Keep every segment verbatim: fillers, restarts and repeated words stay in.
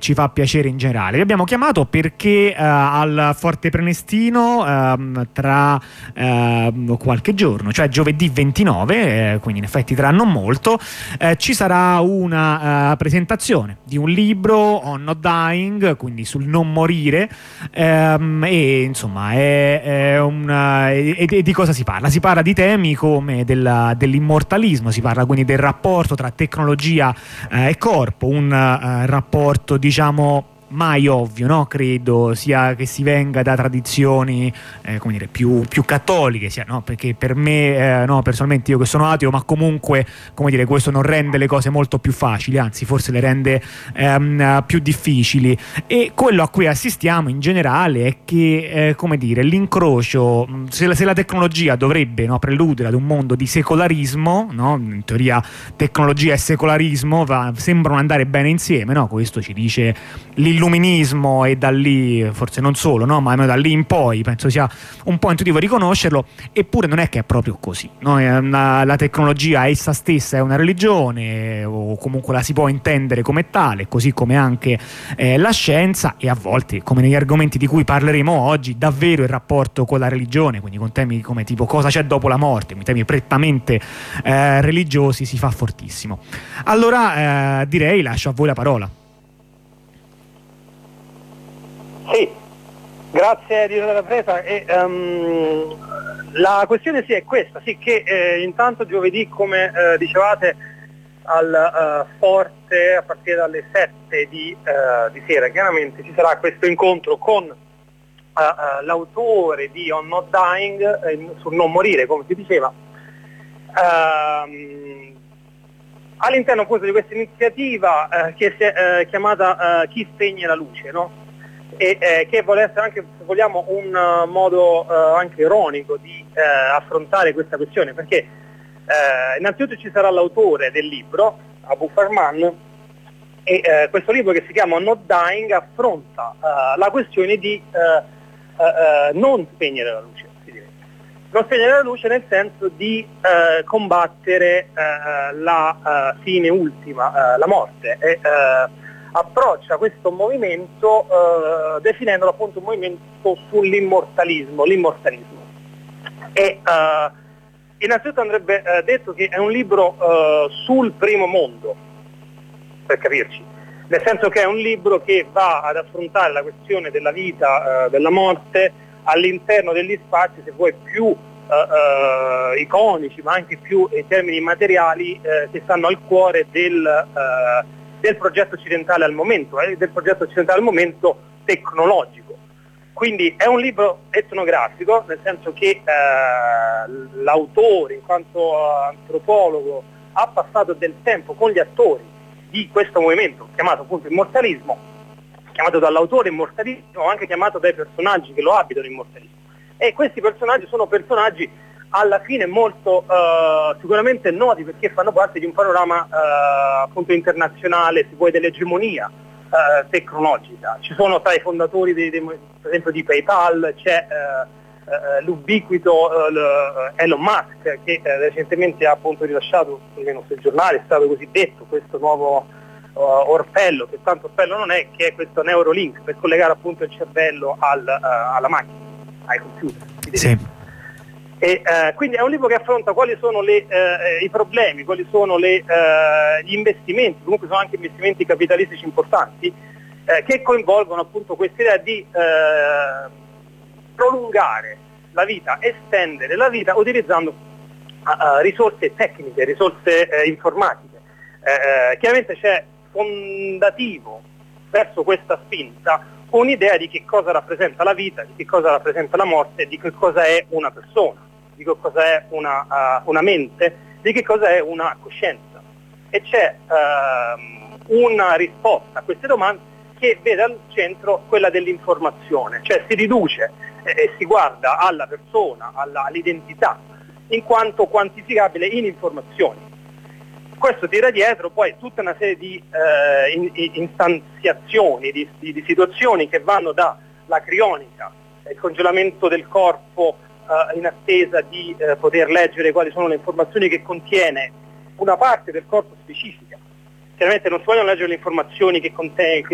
ci fa piacere in generale. Vi abbiamo chiamato perché uh, al Forte Prenestino um, tra uh, qualche giorno, cioè giovedì ventinove, eh, quindi in effetti tra non molto, eh, ci sarà una uh, presentazione di un libro, On Not Dying, quindi sul non morire, um, e insomma è, è una, e, e di cosa si parla? Si parla di temi come della, dell'immortalismo, si parla quindi del rapporto tra tecnologia eh, e corpo, un uh, rapporto diciamo mai ovvio, no? Credo sia che si venga da tradizioni eh, come dire, più, più cattoliche, sia, no? Perché per me, eh, no, personalmente io che sono ateo, ma comunque come dire, questo non rende le cose molto più facili, anzi forse le rende ehm, più difficili, e quello a cui assistiamo in generale è che eh, come dire, l'incrocio, se la, se la tecnologia dovrebbe, no, preludere ad un mondo di secolarismo, no? In teoria tecnologia e secolarismo va, sembrano andare bene insieme, no? Questo ci dice l'illuminismo, e da lì forse non solo, no, ma da lì in poi penso sia un po' intuitivo riconoscerlo. Eppure non è che è proprio così, no? Una, la tecnologia essa stessa è una religione, o comunque la si può intendere come tale, così come anche eh, la scienza, e a volte, come negli argomenti di cui parleremo oggi, davvero il rapporto con la religione, quindi con temi come tipo cosa c'è dopo la morte, quindi temi prettamente eh, religiosi, si fa fortissimo. Allora eh, direi lascio a voi la parola. Sì, grazie di della presa. E, um, la questione sì è questa, sì, che eh, intanto giovedì, come eh, dicevate, al uh, Forte, a partire dalle sette di, uh, di sera, chiaramente ci sarà questo incontro con uh, uh, l'autore di On Not Dying, eh, sul non morire, come si diceva, uh, all'interno appunto di questa iniziativa uh, che si è uh, chiamata uh, Chi spegne la luce, no? E eh, che vuole essere anche, se vogliamo, un uh, modo uh, anche ironico di uh, affrontare questa questione, perché uh, innanzitutto ci sarà l'autore del libro, Abu Farman, e uh, questo libro, che si chiama Not Dying, affronta uh, la questione di uh, uh, uh, non spegnere la luce, si direbbe. Non spegnere la luce nel senso di uh, combattere uh, la uh, fine ultima, uh, la morte, e uh, approccia questo movimento uh, definendolo appunto un movimento sull'immortalismo, l'immortalismo. E uh, innanzitutto andrebbe uh, detto che è un libro uh, sul primo mondo, per capirci, nel senso che è un libro che va ad affrontare la questione della vita, uh, della morte, all'interno degli spazi, se vuoi, più uh, uh, iconici, ma anche più in termini materiali, uh, che stanno al cuore del uh, del progetto occidentale al momento, eh, del progetto occidentale al momento tecnologico. Quindi è un libro etnografico, nel senso che eh, l'autore, in quanto antropologo, ha passato del tempo con gli attori di questo movimento, chiamato appunto immortalismo, chiamato dall'autore immortalismo, ma anche chiamato dai personaggi che lo abitano immortalismo. E questi personaggi sono personaggi alla fine molto uh, sicuramente noti, perché fanno parte di un panorama uh, appunto internazionale, se vuoi, dell'egemonia uh, tecnologica. Ci sono tra i fondatori dei, dei, per esempio di PayPal, c'è uh, uh, l'ubiquito uh, Elon Musk, che uh, recentemente ha appunto rilasciato, almeno sul giornale è stato così detto, questo nuovo uh, orpello, che tanto orpello non è, che è questo Neuralink, per collegare appunto il cervello al, uh, alla macchina, ai computer. Sì. E, uh, quindi è un libro che affronta quali sono le, uh, i problemi, quali sono le, uh, gli investimenti, comunque sono anche investimenti capitalistici importanti, uh, che coinvolgono appunto questa idea di uh, prolungare la vita, estendere la vita utilizzando uh, uh, risorse tecniche, risorse uh, informatiche. Uh, chiaramente c'è fondativo verso questa spinta un'idea di che cosa rappresenta la vita, di che cosa rappresenta la morte, di che cosa è una persona, di che cosa è una, uh, una mente, di che cosa è una coscienza. E c'è uh, una risposta a queste domande che vede al centro quella dell'informazione, cioè si riduce e eh, si guarda alla persona, alla, all'identità, in quanto quantificabile in informazioni. Questo tira dietro poi tutta una serie di eh, in, in istanziazioni, di, di, di situazioni che vanno dalla crionica, il congelamento del corpo eh, in attesa di eh, poter leggere quali sono le informazioni che contiene una parte del corpo specifica. Chiaramente non si vogliono leggere le informazioni che, conten- che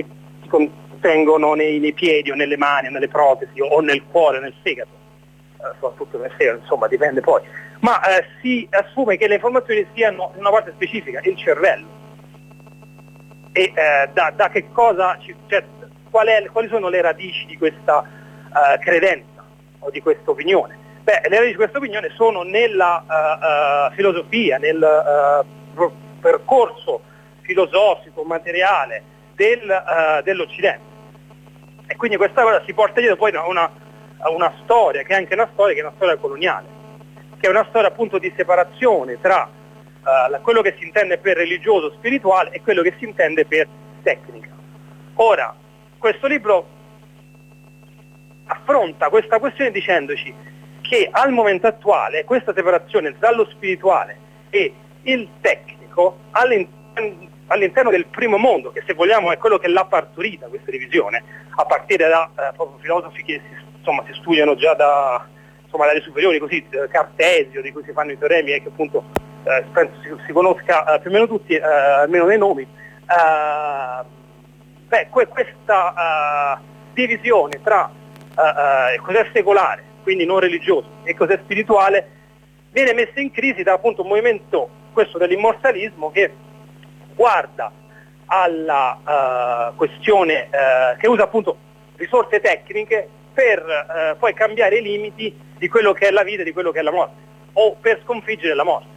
si contengono nei, nei piedi o nelle mani o nelle protesi o, o nel cuore o nel fegato, eh, soprattutto nel fegato, insomma dipende poi, ma eh, si assume che le informazioni siano in una parte specifica, il cervello. E eh, da, da che cosa, ci, cioè, qual è, quali sono le radici di questa uh, credenza o di questa opinione? Beh, le radici di questa opinione sono nella uh, uh, filosofia, nel uh, percorso filosofico, materiale del, uh, dell'Occidente. E quindi questa cosa si porta dietro poi una, una storia, che è anche una storia che è una storia coloniale, che è una storia appunto di separazione tra uh, quello che si intende per religioso, spirituale e quello che si intende per tecnica. Ora, questo libro affronta questa questione dicendoci che al momento attuale questa separazione tra lo spirituale e il tecnico all'interno, all'interno del primo mondo, che se vogliamo è quello che l'ha partorita questa divisione, a partire da eh, proprio filosofi che si, insomma, si studiano già da, insomma, dalle superiori, così eh, Cartesio, di cui si fanno i teoremi e che appunto eh, penso si, si conosca eh, più o meno tutti, eh, almeno nei nomi. Eh, beh, que- questa uh, divisione tra uh, uh, cos'è secolare, quindi non religioso, e cos'è spirituale, viene messa in crisi da appunto un movimento, questo dell'immortalismo, che guarda alla uh, questione uh, che usa appunto risorse tecniche per uh, poi cambiare i limiti di quello che è la vita e di quello che è la morte, o per sconfiggere la morte.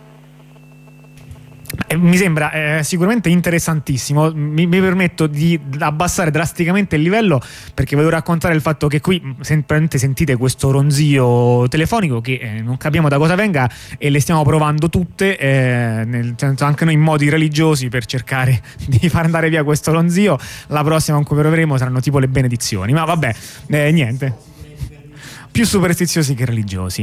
Mi sembra eh, sicuramente interessantissimo. Mi, mi permetto di abbassare drasticamente il livello perché volevo raccontare il fatto che qui semplicemente sentite questo ronzio telefonico che eh, non capiamo da cosa venga e le stiamo provando tutte, eh, nel senso anche noi in modi religiosi, per cercare di far andare via questo ronzio. La prossima in cui proveremo saranno tipo le benedizioni, ma vabbè, eh, niente, più superstiziosi che religiosi.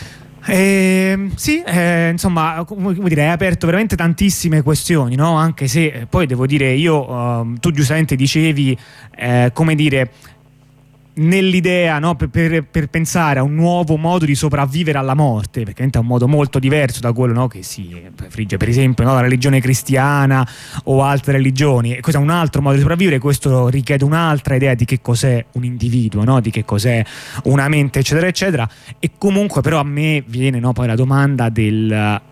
Eh, sì, eh, insomma, come dire, hai aperto veramente tantissime questioni, no? Anche se eh, poi devo dire io, uh, tu giustamente dicevi, eh, come dire, nell'idea, no, per, per, per pensare a un nuovo modo di sopravvivere alla morte, perché è un modo molto diverso da quello, no, che si frigge per esempio, no, la religione cristiana o altre religioni, e questo è un altro modo di sopravvivere. Questo richiede un'altra idea di che cos'è un individuo, no, di che cos'è una mente, eccetera eccetera. E comunque però a me viene, no, poi la domanda del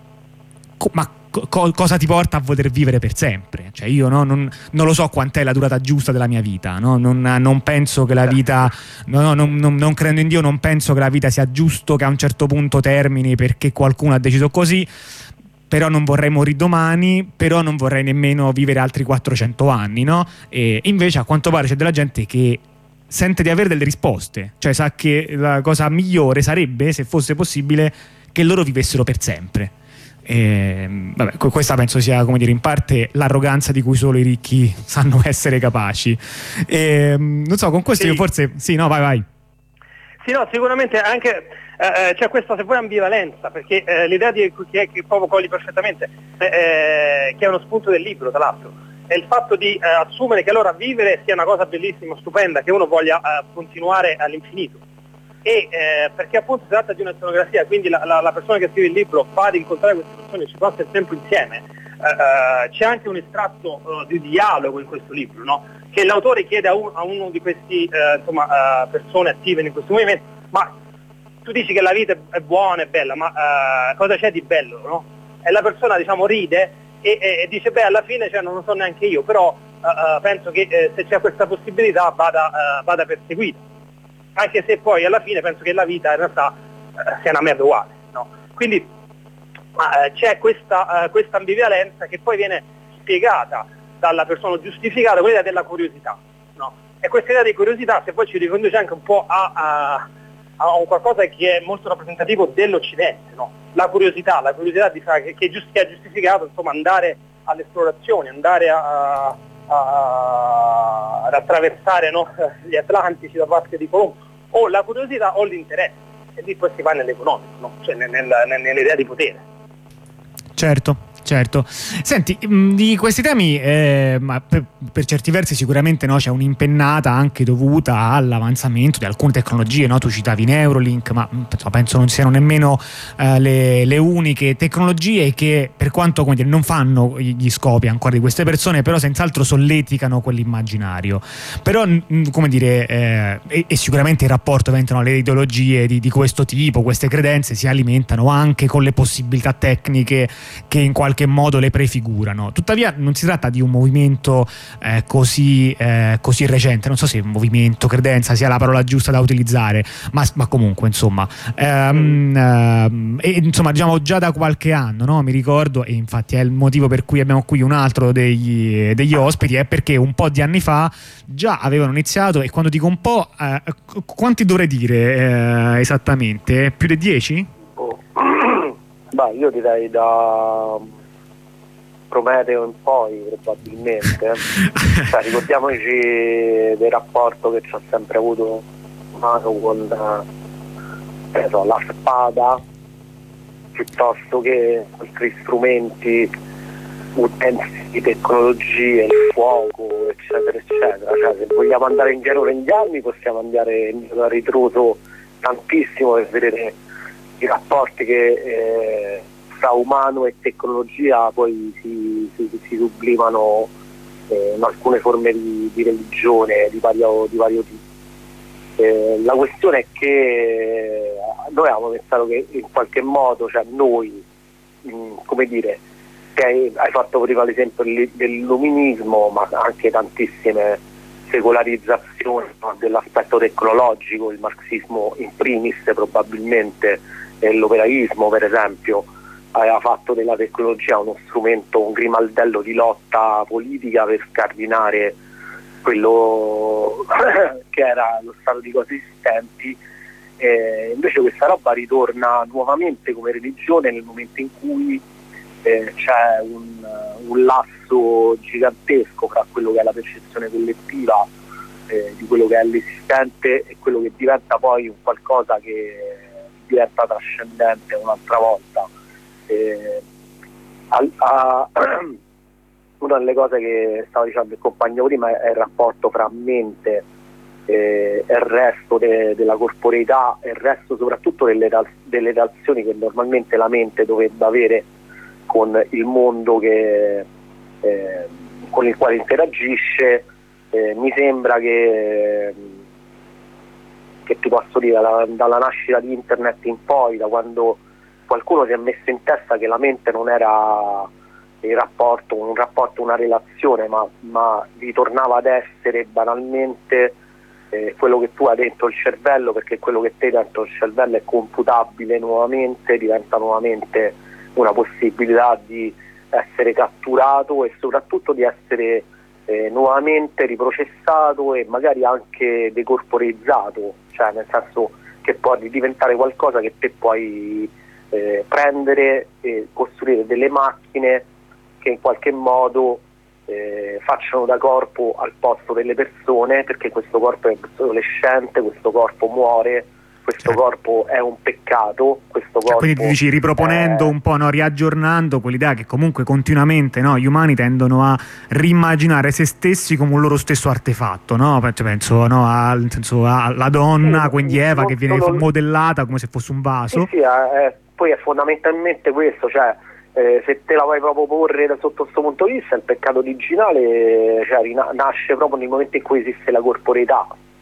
ma Co- cosa ti porta a voler vivere per sempre? Cioè io no, non, non lo so quant'è la durata giusta della mia vita, no? non, non penso che la vita, no, no, non, non, non credo in Dio, non penso che la vita sia giusto che a un certo punto termini perché qualcuno ha deciso così, però non vorrei morire domani, però non vorrei nemmeno vivere altri quattrocento anni, no? E invece a quanto pare c'è della gente che sente di avere delle risposte, cioè sa che la cosa migliore sarebbe, se fosse possibile, che loro vivessero per sempre. E, vabbè, questa penso sia, come dire, in parte l'arroganza di cui solo i ricchi sanno essere capaci. E, non so, con questo sì. Io forse sì, no, vai vai. Sì, no, sicuramente anche eh, c'è questa, se vuoi, ambivalenza, perché eh, l'idea di che, che proprio cogli perfettamente, eh, che è uno spunto del libro, tra l'altro, è il fatto di eh, assumere che allora vivere sia una cosa bellissima, stupenda, che uno voglia eh, continuare all'infinito. E eh, perché appunto si tratta di un'etnografia, quindi la, la, la persona che scrive il libro va ad incontrare queste persone, ci passa il tempo insieme. Eh, c'è anche un estratto uh, di dialogo in questo libro, no? Che l'autore chiede a, un, a uno di questi eh, insomma, uh, persone attive in questo movimento: ma tu dici che la vita è buona, è bella, ma uh, cosa c'è di bello, no? E la persona, diciamo, ride e, e, e dice: beh, alla fine, cioè, non lo so neanche io, però uh, uh, penso che eh, se c'è questa possibilità vada, uh, vada perseguita. Anche se poi alla fine penso che la vita in realtà eh, sia una merda uguale, no? Quindi eh, c'è questa, eh, questa ambivalenza che poi viene spiegata dalla persona, giustificata, quella della curiosità, no? E questa idea di curiosità, se poi ci riconduce anche un po' a, a, a un qualcosa che è molto rappresentativo dell'Occidente, no? La curiosità, la curiosità di, che, che, giust, che ha giustificato, insomma, andare all'esplorazione, andare a, a, ad attraversare, no, gli Atlantici da parte di Colombo, o la curiosità o l'interesse, e lì poi si va nell'economico, no? Cioè nel, nel, nell'idea di potere. Certo, certo. Senti, mh, di questi temi, eh, ma per, per certi versi sicuramente, no, c'è un'impennata anche dovuta all'avanzamento di alcune tecnologie, no? Tu citavi Neuralink, ma mh, penso non siano nemmeno eh, le, le uniche tecnologie che, per quanto, come dire, non fanno gli scopi ancora di queste persone, però senz'altro solleticano quell'immaginario. Però, mh, come dire, eh, e, e sicuramente il rapporto, no, le ideologie di, di questo tipo, queste credenze si alimentano anche con le possibilità tecniche che in qualche modo le prefigurano. Tuttavia non si tratta di un movimento eh, così, eh, così recente, non so se movimento, credenza sia la parola giusta da utilizzare, ma, ma comunque insomma ehm, ehm, e, insomma diciamo già da qualche anno, no? Mi ricordo, e infatti è il motivo per cui abbiamo qui un altro degli, degli ospiti, è perché un po' di anni fa già avevano iniziato, e quando dico un po', eh, quanti dovrei dire eh, esattamente? Più di dieci? Oh. Beh, io direi da Prometeo in poi probabilmente. Cioè, ricordiamoci del rapporto che ci ha sempre avuto umano con eh, so, la spada piuttosto che altri strumenti, utenze, tecnologie, il fuoco, eccetera eccetera. Cioè, se vogliamo andare indietro negli anni possiamo andare indietro a ritroso tantissimo per vedere i rapporti che eh, fra umano e tecnologia poi si, si, si sublimano eh, in alcune forme di, di religione di vario, di vario tipo. Eh, la questione è che noi avevamo pensato che in qualche modo, cioè noi, mh, come dire, che hai, hai fatto prima l'esempio dell'illuminismo, ma anche tantissime secolarizzazioni, no, dell'aspetto tecnologico, il marxismo in primis probabilmente, e l'operaismo per esempio, aveva fatto della tecnologia uno strumento, un grimaldello di lotta politica per scardinare quello che era lo stato di cose esistenti. Eh, invece questa roba ritorna nuovamente come religione nel momento in cui eh, c'è un, un lasso gigantesco fra quello che è la percezione collettiva eh, di quello che è l'esistente e quello che diventa poi un qualcosa che diventa trascendente un'altra volta. Eh, a, a, una delle cose che stava dicendo il compagno prima è il rapporto fra mente eh, e il resto de, della corporeità e il resto soprattutto delle, delle relazioni che normalmente la mente dovrebbe avere con il mondo che, eh, con il quale interagisce. Eh, mi sembra che, che ti posso dire, dalla, dalla nascita di internet in poi, da quando qualcuno si è messo in testa che la mente non era il rapporto, un rapporto, una relazione, ma, ma ritornava ad essere banalmente eh, quello che tu hai dentro il cervello, perché quello che te hai dentro il cervello è computabile nuovamente, diventa nuovamente una possibilità di essere catturato e soprattutto di essere eh, nuovamente riprocessato e magari anche decorporeizzato, cioè nel senso che può diventare qualcosa che te puoi eh, prendere e costruire delle macchine che in qualche modo eh, facciano da corpo al posto delle persone, perché questo corpo è adolescente, questo corpo muore, questo certo. corpo è un peccato, questo corpo, quindi ti dici, riproponendo è... un po', no, riaggiornando quell'idea che comunque continuamente, no, gli umani tendono a rimmaginare se stessi come un loro stesso artefatto, no? Penso, no, al, nel senso, alla donna, sì, quindi Eva, che viene solo... modellata come se fosse un vaso. Sì, sì, è, poi è fondamentalmente questo, cioè eh, se te la vuoi proprio porre da sotto questo punto di vista, il peccato originale, cioè, rina- nasce proprio nel momento in cui esiste la corporeità.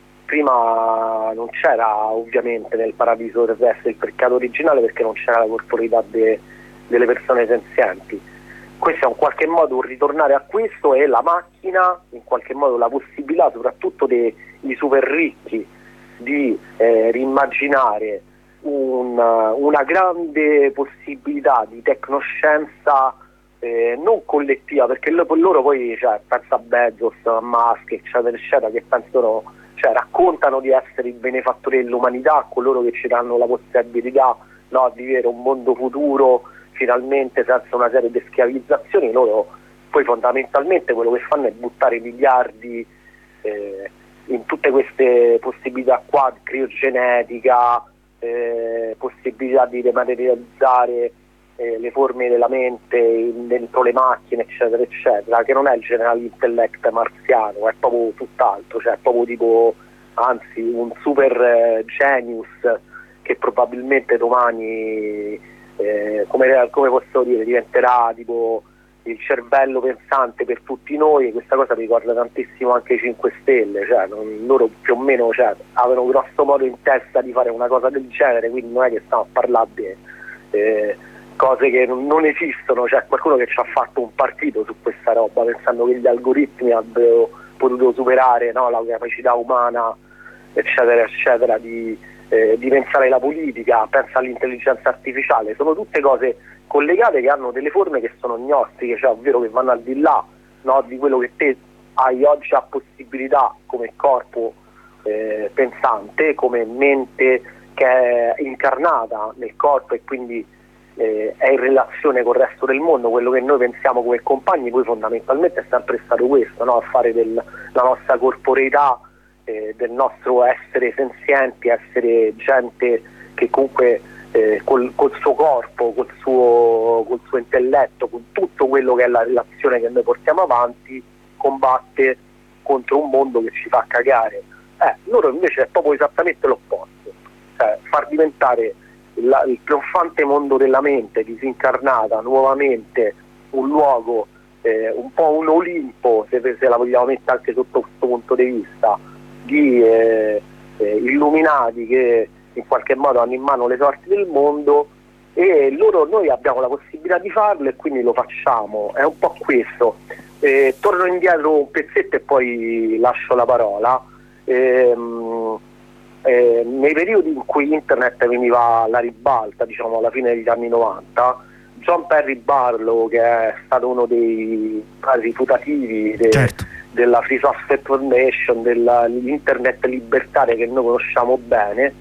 Prima non c'era ovviamente nel paradiso terrestre il peccato originale, perché non c'era la corporeità de- delle persone senzienti. Questo è in qualche modo un ritornare a questo, e la macchina, in qualche modo la possibilità soprattutto dei super ricchi di eh, rimmaginare un, una grande possibilità di tecnoscienza eh, non collettiva, perché loro poi, cioè, pensa a Bezos, a Musk, eccetera eccetera, che pensano, cioè, raccontano di essere i benefattori dell'umanità, coloro che ci danno la possibilità, no, di vivere un mondo futuro finalmente senza una serie di schiavizzazioni. Loro poi fondamentalmente quello che fanno è buttare miliardi eh, in tutte queste possibilità qua, criogenetica, eh, possibilità di dematerializzare eh, le forme della mente dentro le macchine, eccetera, eccetera, che non è il general intellect marziano, è proprio tutt'altro, cioè è proprio tipo, anzi, un super eh, genius che probabilmente domani, eh, come, come posso dire, diventerà tipo il cervello pensante per tutti noi. Questa cosa mi ricorda tantissimo anche i cinque Stelle, cioè non, loro più o meno, cioè, avevano grosso modo in testa di fare una cosa del genere, quindi non è che stiamo a parlare di eh, cose che non, non esistono, c'è cioè qualcuno che ci ha fatto un partito su questa roba pensando che gli algoritmi avrebbero potuto superare, no, la capacità umana, eccetera, eccetera, di, eh, di pensare la politica, pensa all'intelligenza artificiale. Sono tutte cose collegate che hanno delle forme che sono gnostiche, cioè ovvero che vanno al di là, no, di quello che te hai oggi a possibilità come corpo eh, pensante, come mente che è incarnata nel corpo e quindi eh, è in relazione col resto del mondo. Quello che noi pensiamo come compagni poi fondamentalmente è sempre stato questo, no? A fare della nostra corporeità, eh, del nostro essere senzienti, essere gente che comunque Eh, col, col suo corpo, col suo, col suo intelletto, con tutto quello che è la relazione che noi portiamo avanti, combatte contro un mondo che ci fa cagare. Eh, loro invece è proprio esattamente l'opposto, cioè far diventare la, il trionfante mondo della mente disincarnata nuovamente un luogo, eh, un po' un Olimpo, se, se la vogliamo mettere anche sotto questo punto di vista, di eh, eh, illuminati che in qualche modo hanno in mano le sorti del mondo, e loro, noi abbiamo la possibilità di farlo e quindi lo facciamo. È un po' questo. Eh, torno indietro un pezzetto e poi lascio la parola. Ehm, eh, nei periodi in cui internet veniva alla ribalta, diciamo alla fine degli anni novanta, John Perry Barlow, che è stato uno dei rifutativi de, certo. della Free Software Foundation, dell'internet libertaria che noi conosciamo bene,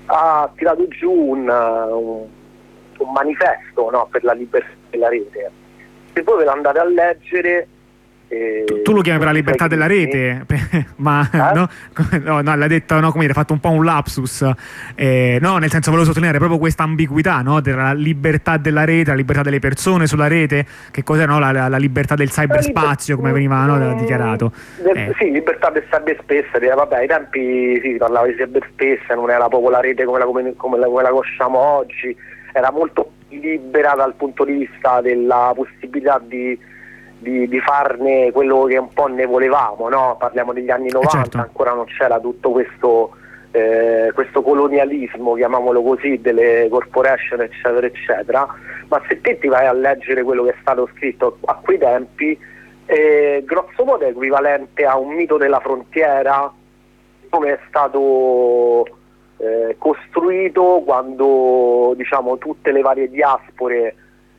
ha tirato giù un, un, un manifesto, no, per la libertà della rete. Se voi ve lo andate a leggere, eh, tu, tu lo chiami per la libertà della rete, ma eh? no, no, no, l'ha detto, no, come dire, ha fatto un po' un lapsus, eh, no, nel senso volevo sottolineare proprio questa ambiguità, no, della libertà della rete, la libertà delle persone sulla rete, che cos'è, no, la, la, la libertà del cyberspazio, come veniva, no, dichiarato. Del, eh. Sì, libertà del cyberspace, vabbè, ai tempi si parlava di cyberspace, non era proprio la rete come la, come, come la, come la conosciamo oggi, era molto libera dal punto di vista della possibilità di Di, di farne quello che un po' ne volevamo, no? Parliamo degli anni novanta, eh certo. Ancora non c'era tutto questo, eh, questo colonialismo, chiamiamolo così, delle corporation, eccetera, eccetera. Ma se te ti vai a leggere quello che è stato scritto a quei tempi, eh, grosso modo è equivalente a un mito della frontiera, come è stato eh, costruito quando, diciamo, tutte le varie diaspore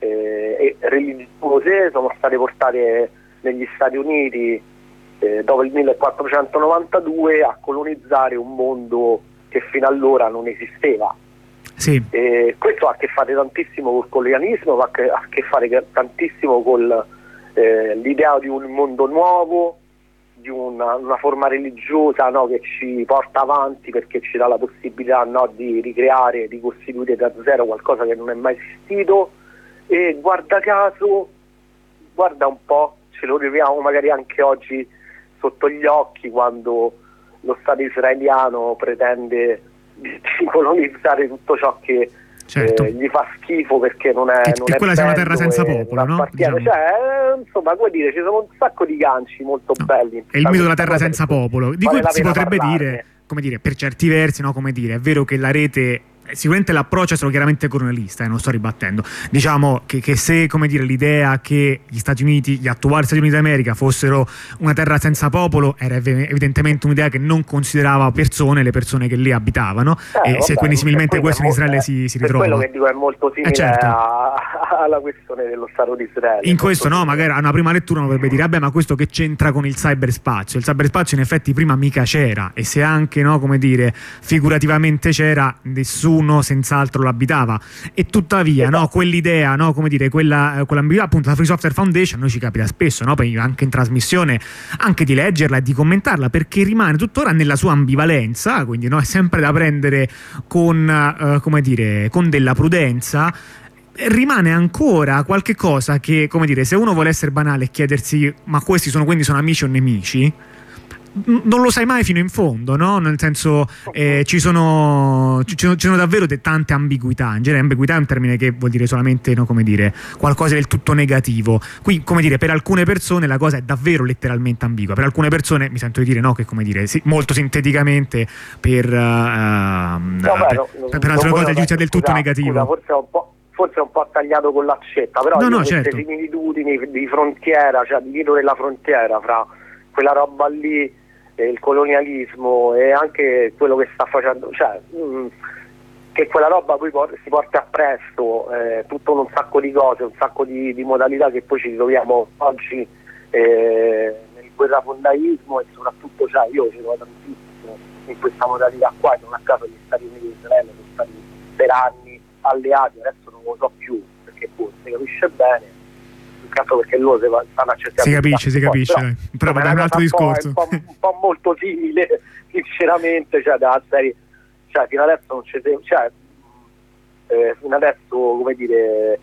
Eh, religiose sono state portate negli Stati Uniti eh, dopo il millequattrocentonovantadue a colonizzare un mondo che fino allora non esisteva. Sì. Eh, questo ha a che fare tantissimo col colonialismo, ha a che, ha a che fare tantissimo con eh, l'idea di un mondo nuovo, di una, una forma religiosa, no, che ci porta avanti perché ci dà la possibilità, no, di ricreare, di costituire da zero qualcosa che non è mai esistito. E guarda caso, guarda un po', ce lo ritroviamo magari anche oggi sotto gli occhi quando lo Stato israeliano pretende di colonizzare tutto ciò che certo. eh, gli fa schifo perché non è, che, non che è quella sia una terra senza popolo, no? Diciamo. Cioè, eh, insomma, vuol dire, ci sono un sacco di ganci molto no. belli. È il mito della terra senza popolo, di cui si potrebbe parlarne. dire, come dire, per certi versi, no, come dire, è vero che la rete, sicuramente l'approccio è stato chiaramente colonialista, eh, non sto ribattendo, diciamo che, che se, come dire, l'idea che gli Stati Uniti, gli attuali Stati Uniti d'America fossero una terra senza popolo era evidentemente un'idea che non considerava persone, le persone che lì abitavano, eh, e vabbè, se quindi similmente questo in Israele è, si, si ritrova. Quello che dico è molto simile eh, certo. a, alla questione dello Stato di Israele. In questo no, magari a una prima lettura uno potrebbe dire vabbè, ma questo che c'entra con il cyberspazio? Il cyberspazio in effetti prima mica c'era, e se anche, no, come dire, figurativamente c'era, nessuno senz'altro l'abitava, e tuttavia no, quell'idea, no, come dire, quella, quell'ambiguità, appunto, la Free Software Foundation, noi ci capita spesso, no, poi anche in trasmissione, anche di leggerla e di commentarla, perché rimane tuttora nella sua ambivalenza, quindi no, è sempre da prendere con, uh, come dire, con della prudenza. rimane ancora qualche cosa che, come dire, se uno vuole essere banale e chiedersi ma questi sono quindi sono amici o nemici, non lo sai mai fino in fondo, no? Nel senso, eh, ci, sono, ci, sono, ci sono davvero de- tante ambiguità. In genere ambiguità è un termine che vuol dire solamente, no, come dire, qualcosa del tutto negativo. Qui, come dire, per alcune persone la cosa è davvero letteralmente ambigua. Per alcune persone mi sento di dire no, che, come dire, sì, molto sinteticamente per, uh, no, per, beh, no, per, per altre cose il giudizio è del tutto scusa, negativo. Scusa, forse è un po'. Forse è un po' tagliato con l'accetta, però no, no, queste certo. similitudini di frontiera, cioè di mito della frontiera fra quella roba lì e il colonialismo e anche quello che sta facendo, cioè mh, che quella roba poi si porta appresso eh, tutto un sacco di cose, un sacco di, di modalità che poi ci troviamo oggi eh, nel guerrafondaismo e soprattutto, cioè, io ci trovo tantissimo in questa modalità qua, non a caso gli Stati Uniti e Israele sono stati per anni alleati, adesso non lo so più perché poi si capisce bene, più che altro perché loro stanno accettando, si capisce, si capisce, però, però, però è un altro discorso, un po', un, po', un po' molto simile sinceramente, cioè da serie, cioè fino adesso non c'è, cioè eh, fino adesso, come dire,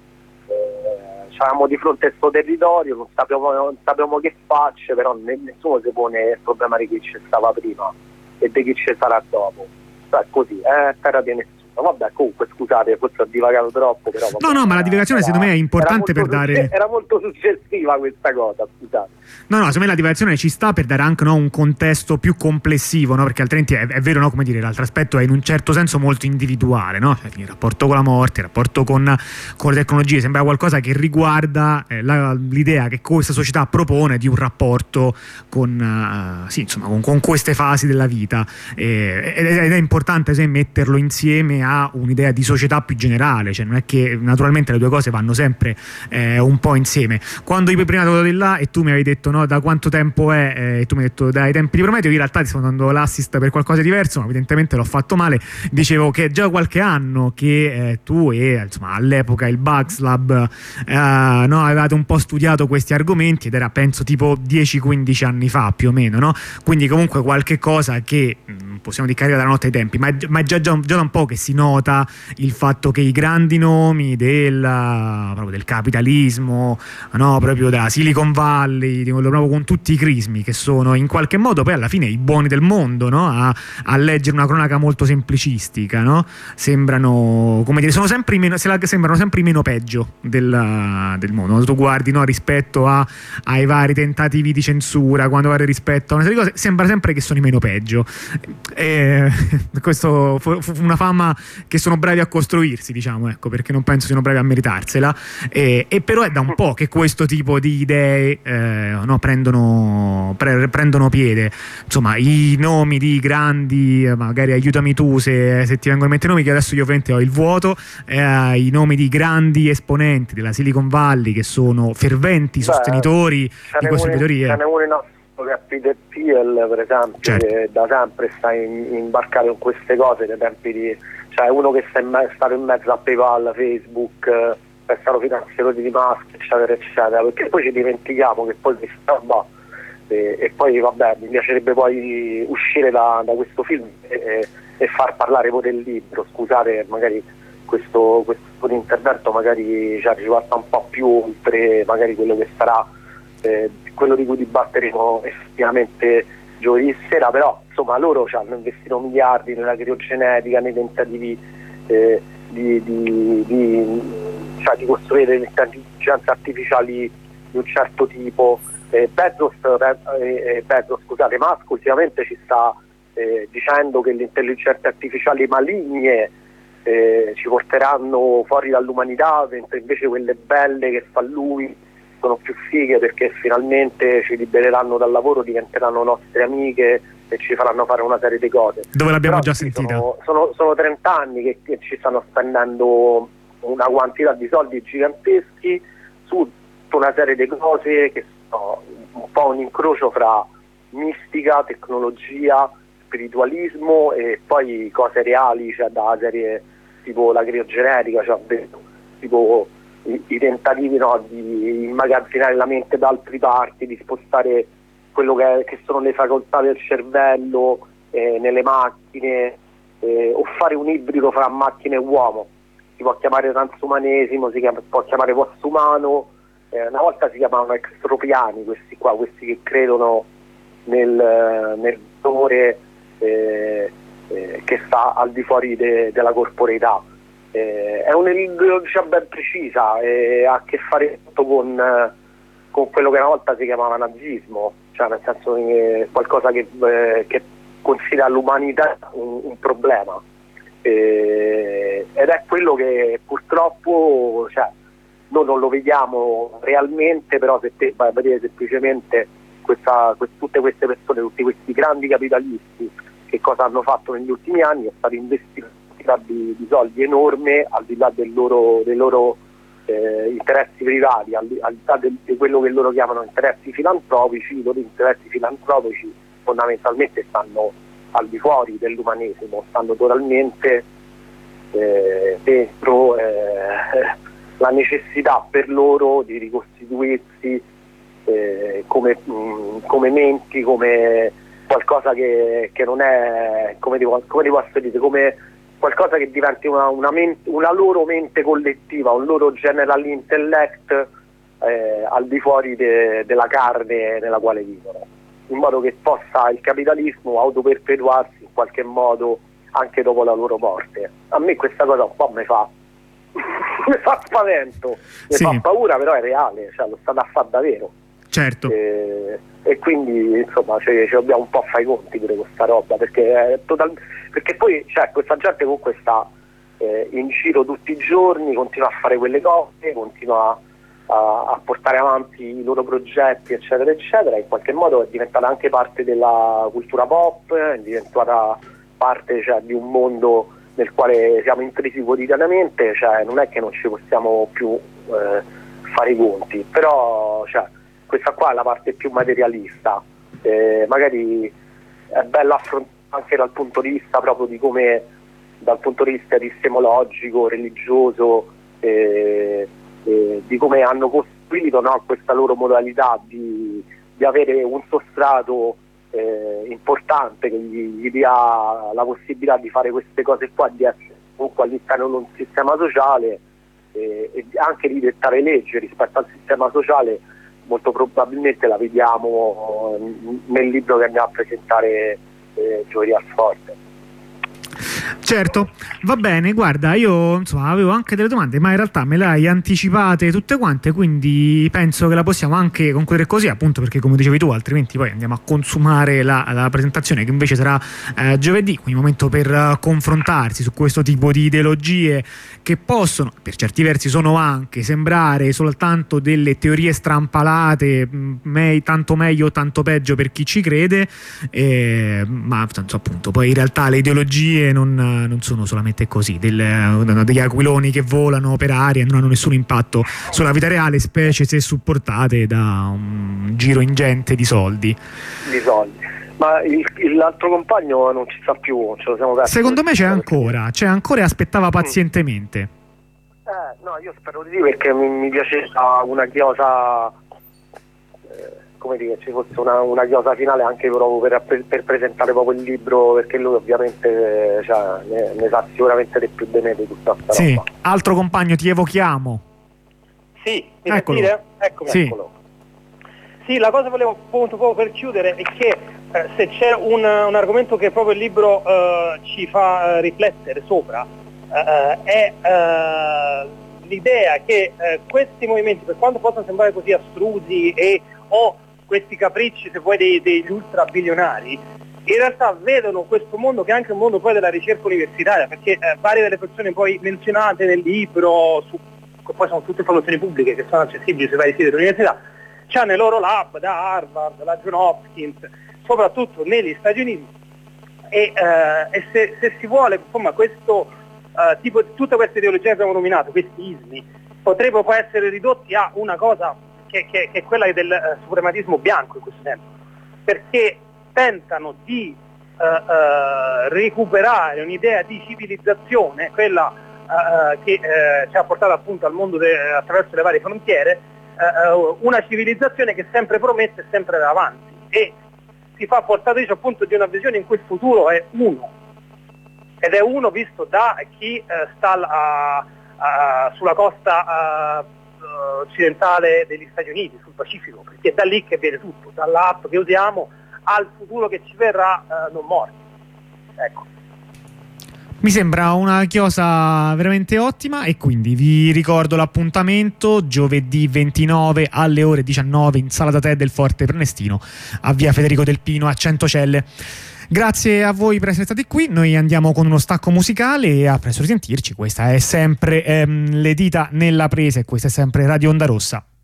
eh, c'avevamo di fronte questo territorio, non sappiamo, non sappiamo che faccia, però nessuno si pone il problema di chi ci stava prima e di chi ci sarà dopo, cioè così, è terra di nessuno. Vabbè, comunque scusate, forse ho divagato troppo, però vabbè, no no ma la divagazione era, secondo me è importante per dare sugge- era molto suggestiva questa cosa, scusate. No, no, secondo me la divagazione ci sta per dare anche, no, un contesto più complessivo, no? Perché altrimenti è, è vero, no, come dire, l'altro aspetto è in un certo senso molto individuale, no? Cioè, il rapporto con la morte, il rapporto con, con le tecnologie, sembra qualcosa che riguarda eh, la, l'idea che questa società propone di un rapporto con, uh, sì, insomma, con, con queste fasi della vita, eh, ed, è, ed è importante, se metterlo insieme a un'idea di società più generale, cioè non è che naturalmente le due cose vanno sempre eh, un po' insieme. Quando io prima ero di là e tu mi avevi detto, no, da quanto tempo è, e eh, tu mi hai detto dai tempi di Prometeo, in realtà ti sto dando l'assist per qualcosa di diverso, ma evidentemente l'ho fatto male. Dicevo che è già qualche anno che eh, tu e insomma all'epoca il Bugs Lab eh, no, avevate un po' studiato questi argomenti, ed era penso tipo dieci quindici anni fa più o meno, no? Quindi comunque qualche cosa che mh, possiamo dire dalla notte ai tempi, ma, ma è già, già, già da un po' che si nota il fatto che i grandi nomi del, proprio del capitalismo, no, proprio della Silicon Valley, proprio con tutti i crismi che sono in qualche modo poi alla fine i buoni del mondo, no? a, a leggere una cronaca molto semplicistica, no? Sembrano, come dire, sono sempre meno, sembrano sempre meno peggio del, del mondo. Tu guardi, no, rispetto a, ai vari tentativi di censura, quando guardi rispetto a una serie di cose, sembra sempre che sono i meno peggio. E questo fu una fama che sono bravi a costruirsi, diciamo, ecco, perché non penso siano bravi a meritarsela, e, e però è da un po' che questo tipo di idee eh, no, prendono, pre, prendono piede. Insomma, i nomi di grandi, magari aiutami tu se, se ti vengono in mente i nomi, che adesso io ovviamente ho il vuoto, eh, i nomi di grandi esponenti della Silicon Valley che sono ferventi sostenitori Beh, di queste teorie. Ce n'è uno in assoluto che è Peter Thiel, per esempio, certo, che da sempre sta in, imbarcato in queste cose, dai tempi di, cioè uno che sta in me- stato in mezzo a PayPal, Facebook, eh, è stato finanziatore di Musk, eccetera eccetera, perché poi ci dimentichiamo che poi si sta e, e poi vabbè, mi piacerebbe poi uscire da, da questo film e, e far parlare pure il libro. Scusate, magari questo, questo intervento magari ci arriva un po' più oltre magari quello che sarà eh, quello di cui dibatteremo effettivamente giovedì sera, però insomma loro ci hanno investito miliardi nella criogenetica, nei tentativi eh, di, di, di, cioè, di costruire delle intelligenze artificiali di un certo tipo. Eh, Bezos, eh, Bezos, scusate, Musk ultimamente ci sta eh, dicendo che le intelligenze artificiali maligne eh, ci porteranno fuori dall'umanità, mentre invece quelle belle che fa lui sono più fighe, perché finalmente ci libereranno dal lavoro, diventeranno nostre amiche e ci faranno fare una serie di cose. Dove l'abbiamo Però, già sentita? Sono, sono, sono trenta anni che, che ci stanno spendendo una quantità di soldi giganteschi su una serie di cose che sono un po' un incrocio fra mistica, tecnologia, spiritualismo e poi cose reali, cioè da serie tipo la criogenetica, cioè tipo i, i tentativi, no, di immagazzinare la mente da altre parti, di spostare quello che, è, che sono le facoltà del cervello eh, nelle macchine, eh, o fare un ibrido fra macchina e uomo. si può chiamare transumanesimo, si chiama, può chiamare postumano, eh, una volta si chiamavano extropiani questi qua, questi che credono nel, nel valore eh, eh, che sta al di fuori de, della corporeità. Eh, è un'ideologia ben precisa e ha a che fare tutto con, con quello che una volta si chiamava nazismo, cioè nel senso che qualcosa che, eh, che considera l'umanità un, un problema. Eh, ed è quello che purtroppo, cioè, noi non lo vediamo realmente, però se te vai a vedere semplicemente questa, que- tutte queste persone, tutti questi grandi capitalisti che cosa hanno fatto negli ultimi anni è stato investire di, di soldi enorme al di là del loro, dei loro eh, interessi privati, al di, al di là di, di quello che loro chiamano interessi filantropici. I loro interessi filantropici fondamentalmente stanno al di fuori dell'umanesimo, stanno totalmente eh, dentro eh, la necessità per loro di ricostituirsi eh, come, mh, come menti, come qualcosa che, che non è, come ti, come ti posso dire, come qualcosa che diventi una, una, mente, una loro mente collettiva, un loro general intellect eh, al di fuori de, della carne nella quale vivono, in modo che possa il capitalismo autoperpetuarsi in qualche modo anche dopo la loro morte. A me questa cosa un po' mi fa mi fa spavento, mi sì. fa paura, però è reale, cioè lo stanno a fare davvero. Certo. E, e quindi insomma ci, ci dobbiamo un po' fare i conti pure con questa roba, perché è total, perché poi cioè, questa gente comunque sta eh, in giro tutti i giorni, continua a fare quelle cose, continua a, a portare avanti i loro progetti eccetera eccetera, in qualche modo è diventata anche parte della cultura pop, è diventata parte, cioè, di un mondo nel quale siamo intrisi quotidianamente, cioè non è che non ci possiamo più eh, fare i conti, però cioè, questa qua è la parte più materialista, eh, magari è bella affrontare anche dal punto di vista proprio di come, dal punto di vista epistemologico, religioso, eh, eh, di come hanno costruito, no, questa loro modalità di, di avere un sostrato eh, importante che gli, gli dia la possibilità di fare queste cose qua, di essere comunque all'interno di un sistema sociale eh, e anche di dettare leggi rispetto al sistema sociale. Molto probabilmente la vediamo nel libro che andiamo a presentare eh, giovedì al Forte. Certo, va bene, guarda, io insomma avevo anche delle domande, ma in realtà me le hai anticipate tutte quante, quindi penso che la possiamo anche concludere così, appunto perché come dicevi tu, altrimenti poi andiamo a consumare la, la presentazione che invece sarà eh, giovedì, quindi momento per uh, confrontarsi su questo tipo di ideologie che possono, per certi versi sono anche, sembrare soltanto delle teorie strampalate, me, tanto meglio, tanto peggio per chi ci crede, eh, ma appunto poi in realtà le ideologie non non sono solamente così, del, degli aquiloni che volano per aria e non hanno nessun impatto sulla vita reale, specie se supportate da un giro ingente di soldi. Di soldi. Ma il, l'altro compagno non ci sta più, ce lo siamo persi. Secondo me c'è ancora, c'è ancora e aspettava pazientemente. Eh, no, io spero di sì, perché mi, mi piaceva una chiosa, eh, come dire, ci fosse una, una chiosa finale anche proprio per, per presentare proprio il libro, perché lui ovviamente cioè, ne, ne sa sicuramente di più di me di tutta questa sì. roba. Altro compagno, ti evochiamo. Sì, mi Eccolo. sentite? Eccomi, Sì. eccolo. Sì, la cosa che volevo appunto proprio per chiudere è che eh, se c'è un, un argomento che proprio il libro eh, ci fa eh, riflettere sopra eh, è eh, l'idea che eh, questi movimenti, per quanto possano sembrare così astrusi e o questi capricci, se vuoi, dei, degli ultrabilionari, in realtà vedono questo mondo che è anche un mondo poi della ricerca universitaria, perché eh, varie delle persone poi menzionate nel libro, su, poi sono tutte informazioni pubbliche che sono accessibili sui vari siti dell'università, c'hanno i loro lab da Harvard, da John Hopkins, soprattutto negli Stati Uniti, e, eh, e se, se si vuole, insomma, questo eh, tipo, tutte queste ideologie che abbiamo nominato, questi ismi, potrebbero poi essere ridotti a una cosa che, che, che è quella del eh, suprematismo bianco in questo senso, perché tentano di eh, eh, recuperare un'idea di civilizzazione, quella eh, che eh, ci ha portato appunto al mondo de, attraverso le varie frontiere, eh, una civilizzazione che sempre promette e sempre va avanti, e si fa portatrice appunto di una visione in cui il futuro è uno, ed è uno visto da chi eh, sta a, uh, sulla costa uh, occidentale degli Stati Uniti, sul Pacifico, perché è da lì che viene tutto, dall'app che usiamo al futuro che ci verrà uh, non morti. Ecco. Mi sembra una chiosa veramente ottima e quindi vi ricordo l'appuntamento giovedì ventinove alle ore diciannove in Sala da Tè del Forte Prenestino a via Federico Del Pino a Centocelle. Grazie a voi per essere stati qui, noi andiamo con uno stacco musicale e a presto risentirci. Questa è sempre ehm, Le dita nella presa e questa è sempre Radio Onda Rossa.